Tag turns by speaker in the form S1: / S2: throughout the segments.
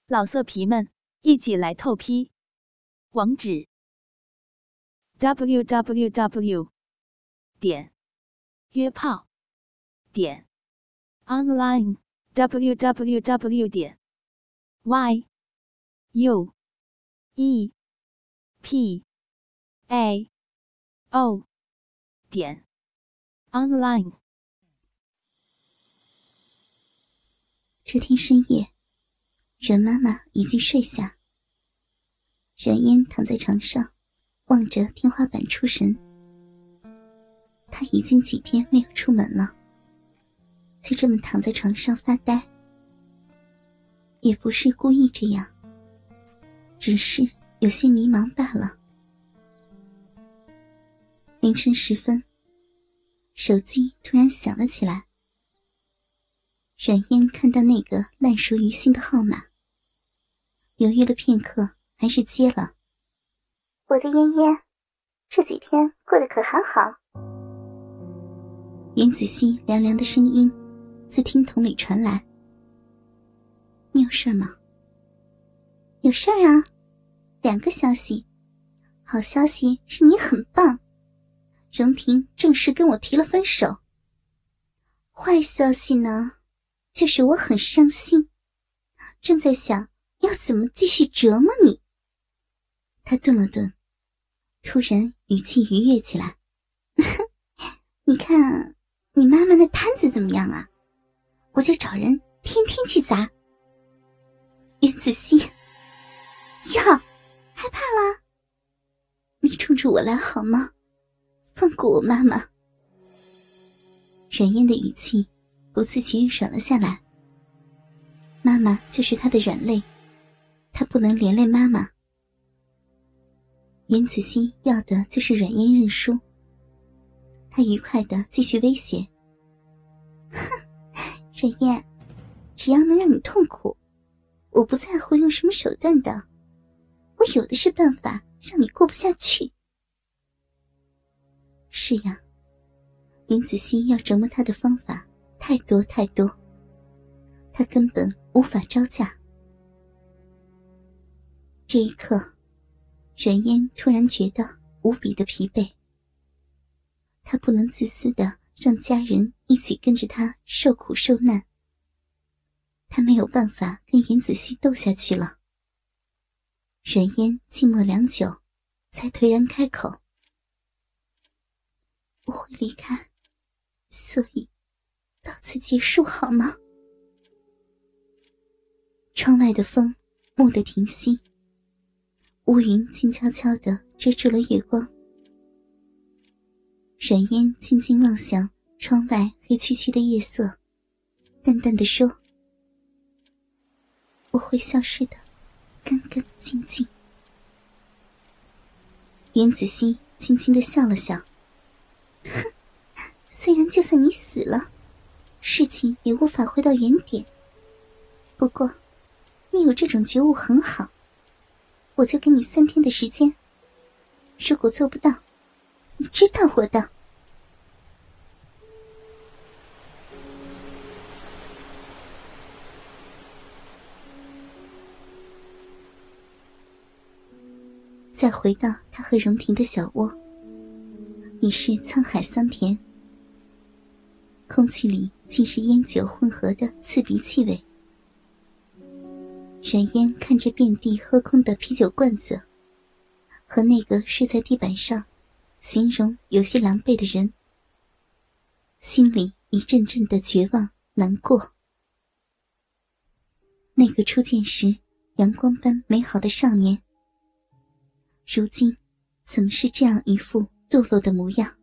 S1: 老色皮们，一起来透批！网址 www.约炮online www.yuepao.online。
S2: 这天深夜，阮妈妈已经睡下，阮嫣躺在床上，望着天花板出神。她已经几天没有出门了，就这么躺在床上发呆。也不是故意这样，只是有些迷茫罢了。凌晨时分，手机突然响了起来。阮嫣看到那个烂熟于心的号码，犹豫了片刻，还是接了。
S3: 我的嫣嫣，这几天过得可还好？
S2: 袁子熙凉凉的声音自听筒里传来。你有事吗？
S3: 有事啊，2个消息。好消息是你很棒，荣婷正式跟我提了分手。坏消息呢，就是我很伤心，正在想要怎么继续折磨你。
S2: 他顿了顿，突然语气愉悦起来。
S3: 你看你妈妈那摊子怎么样啊？我就找人天天去砸。袁子熙，哟，害怕了？你冲着我来好吗？放过我妈妈。
S2: 阮嫣的语气不自觉软了下来。妈妈就是她的软肋，她不能连累妈妈。袁子熙要的就是阮嫣认输。他愉快地继续威胁。
S3: 哼，阮嫣，只要能让你痛苦，我不在乎用什么手段的，我有的是办法让你过不下去。
S2: 是呀，袁子熙要折磨他的方法太多太多，他根本无法招架。这一刻，阮嫣突然觉得无比的疲惫。他不能自私地让家人一起跟着他受苦受难。他没有办法跟袁子熙斗下去了。阮嫣静默良久，才颓然开口：
S3: 我会离开，所以到此结束好吗？
S2: 窗外的风蓦地停息，乌云静悄悄地遮住了月光。阮嫣静静望向窗外黑黢黢的夜色，淡淡地说：
S3: 我会消失的干干净净。
S2: 袁子熙轻轻地笑了笑。
S3: 哼，虽然就算你死了，事情也无法回到原点，不过你有这种觉悟很好，我就给你3天的时间，如果做不到，你知道我的。
S2: 再回到他和荣婷的小窝，已是沧海桑田，空气里尽是烟酒混合的刺鼻气味。阮嫣看着遍地喝空的啤酒罐子，和那个睡在地板上形容有些狼狈的人，心里一阵阵的绝望难过。那个初见时阳光般美好的少年，如今怎么是这样一副堕落的模样？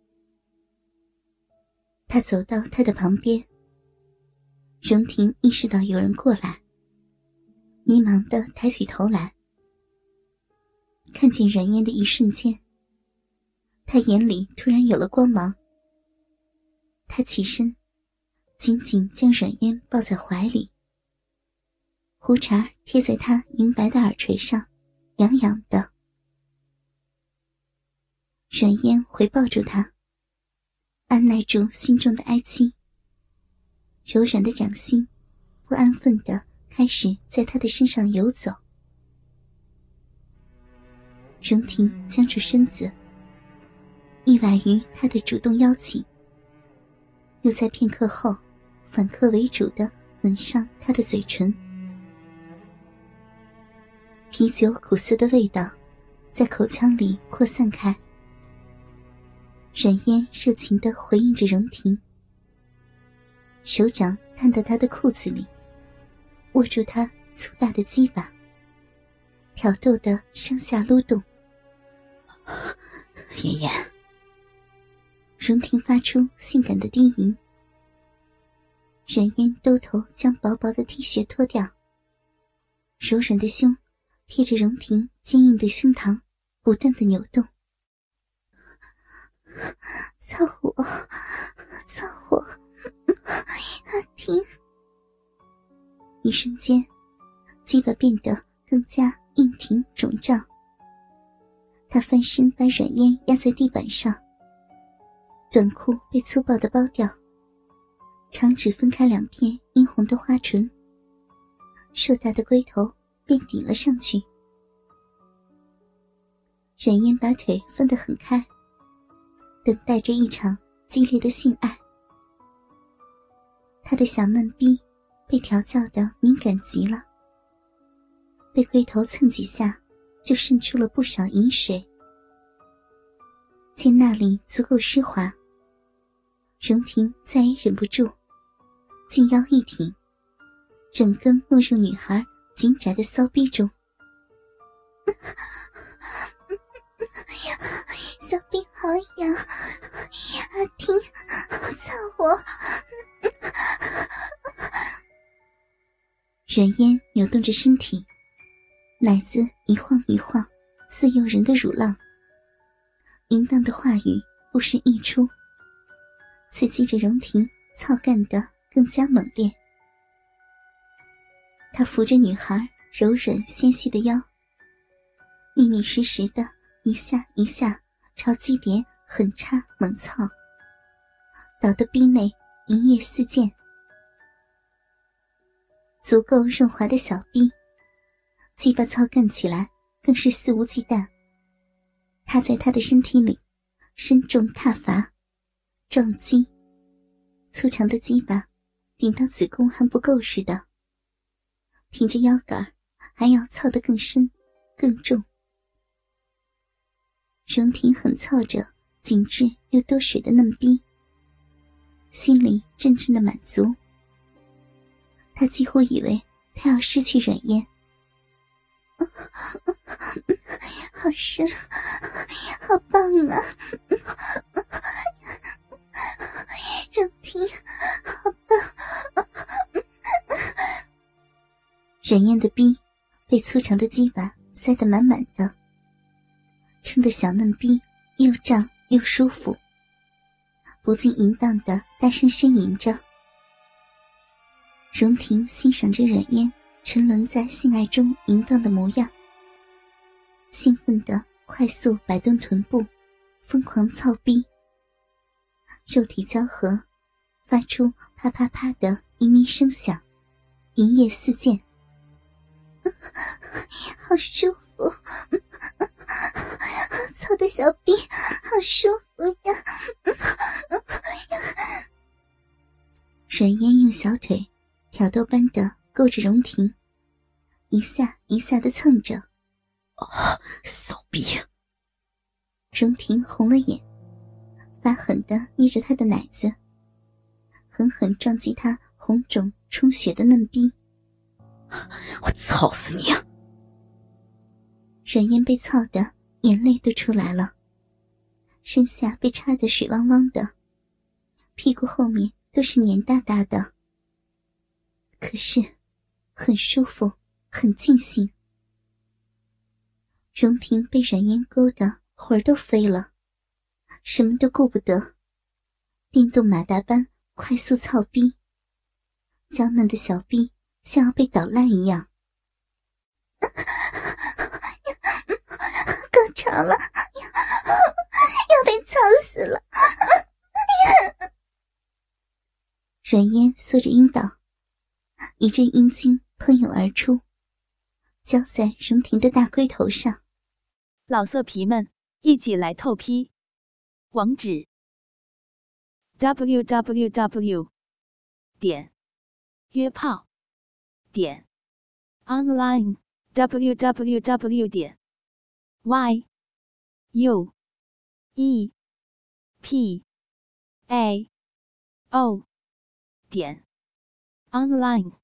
S2: 他走到他的旁边，荣婷意识到有人过来，迷茫地抬起头来，看见阮嫣的一瞬间，他眼里突然有了光芒。他起身，紧紧将阮嫣抱在怀里，胡茬贴在她银白的耳垂上，痒痒的。阮嫣回抱住他，按耐住心中的哀戚，柔软的掌心不安分地开始在他的身上游走。荣婷僵住身子，意外于他的主动邀请，又在片刻后反客为主地吻上他的嘴唇。啤酒苦涩的味道在口腔里扩散开，冉嫣热情地回应着荣婷，手掌探到他的裤子里，握住他粗大的鸡巴，挑逗地上下撸动。
S3: 妍妍，
S2: 荣婷发出性感的低吟。冉嫣兜头将薄薄的 T 恤脱掉，柔软的胸贴着荣婷坚硬的胸膛不断地扭动。
S3: 操我，操我，阿婷！
S2: 一瞬间，鸡巴变得更加硬挺肿胀。他翻身把冉嫣压在地板上，短裤被粗暴地剥掉，长指分开两片殷红的花唇，硕大的龟头便顶了上去。冉嫣把腿分得很开，等待着一场激烈的性爱。她的小嫩逼被调教得敏感极了，被龟头蹭几下就渗出了不少饮水。见那里足够湿滑，荣婷再也忍不住，颈腰一挺，整根没入女孩紧窄的骚逼中。
S3: 小臂好痒，阿婷，操我！
S2: 冉嫣扭动着身体，奶子一晃一晃，似诱人的乳浪。淫荡的话语不时溢出，刺激着荣婷操干得更加猛烈。他扶着女孩柔软纤细的腰，密密实实的一下一下朝基点狠插猛操，搞得逼内淫液四溅。足够润滑的小逼，鸡巴操干起来更是肆无忌惮。他在他的身体里身重踏伐，撞击，粗长的鸡巴顶到子宫还不够似的，挺着腰杆还要操得更深更重。荣婷狠操着紧致又多水的嫩逼，心里阵阵的满足。他几乎以为他要失去冉嫣。
S3: 好深，好棒啊！荣婷，好棒！
S2: 冉嫣的逼被粗长的鸡巴塞得满满的，撑得小嫩逼又胀又舒服，不禁淫荡地大声呻吟着。荣婷欣赏着冉嫣沉沦在性爱中淫荡的模样，兴奋地快速摆动臀部，疯狂操逼，肉体交合，发出啪啪啪的淫鸣声响，淫液四溅。
S3: 好舒服，操的小臂好舒服呀！
S2: 冉嫣用小腿挑逗般的勾着荣婷，一下一下的蹭着。
S3: 骚逼！
S2: 荣婷红了眼，发狠地捏着他的奶子，狠狠撞击他红肿充血的嫩逼。
S3: 我操死你啊！
S2: 冉嫣被操得眼泪都出来了，身下被插得水汪汪的，屁股后面都是黏哒哒的。可是很舒服，很尽兴。荣婷被冉嫣勾得魂儿都飞了，什么都顾不得，电动马达般快速操逼，娇嫩的小逼像要被捣烂一样。
S3: 高潮了，要被操死了！
S2: 冉嫣缩着阴道，一阵阴茎喷涌而出，浇在荣婷的大龟头上。
S1: 老色皮们，一起来透批！网址 ：www.约炮.online www.yuepao.online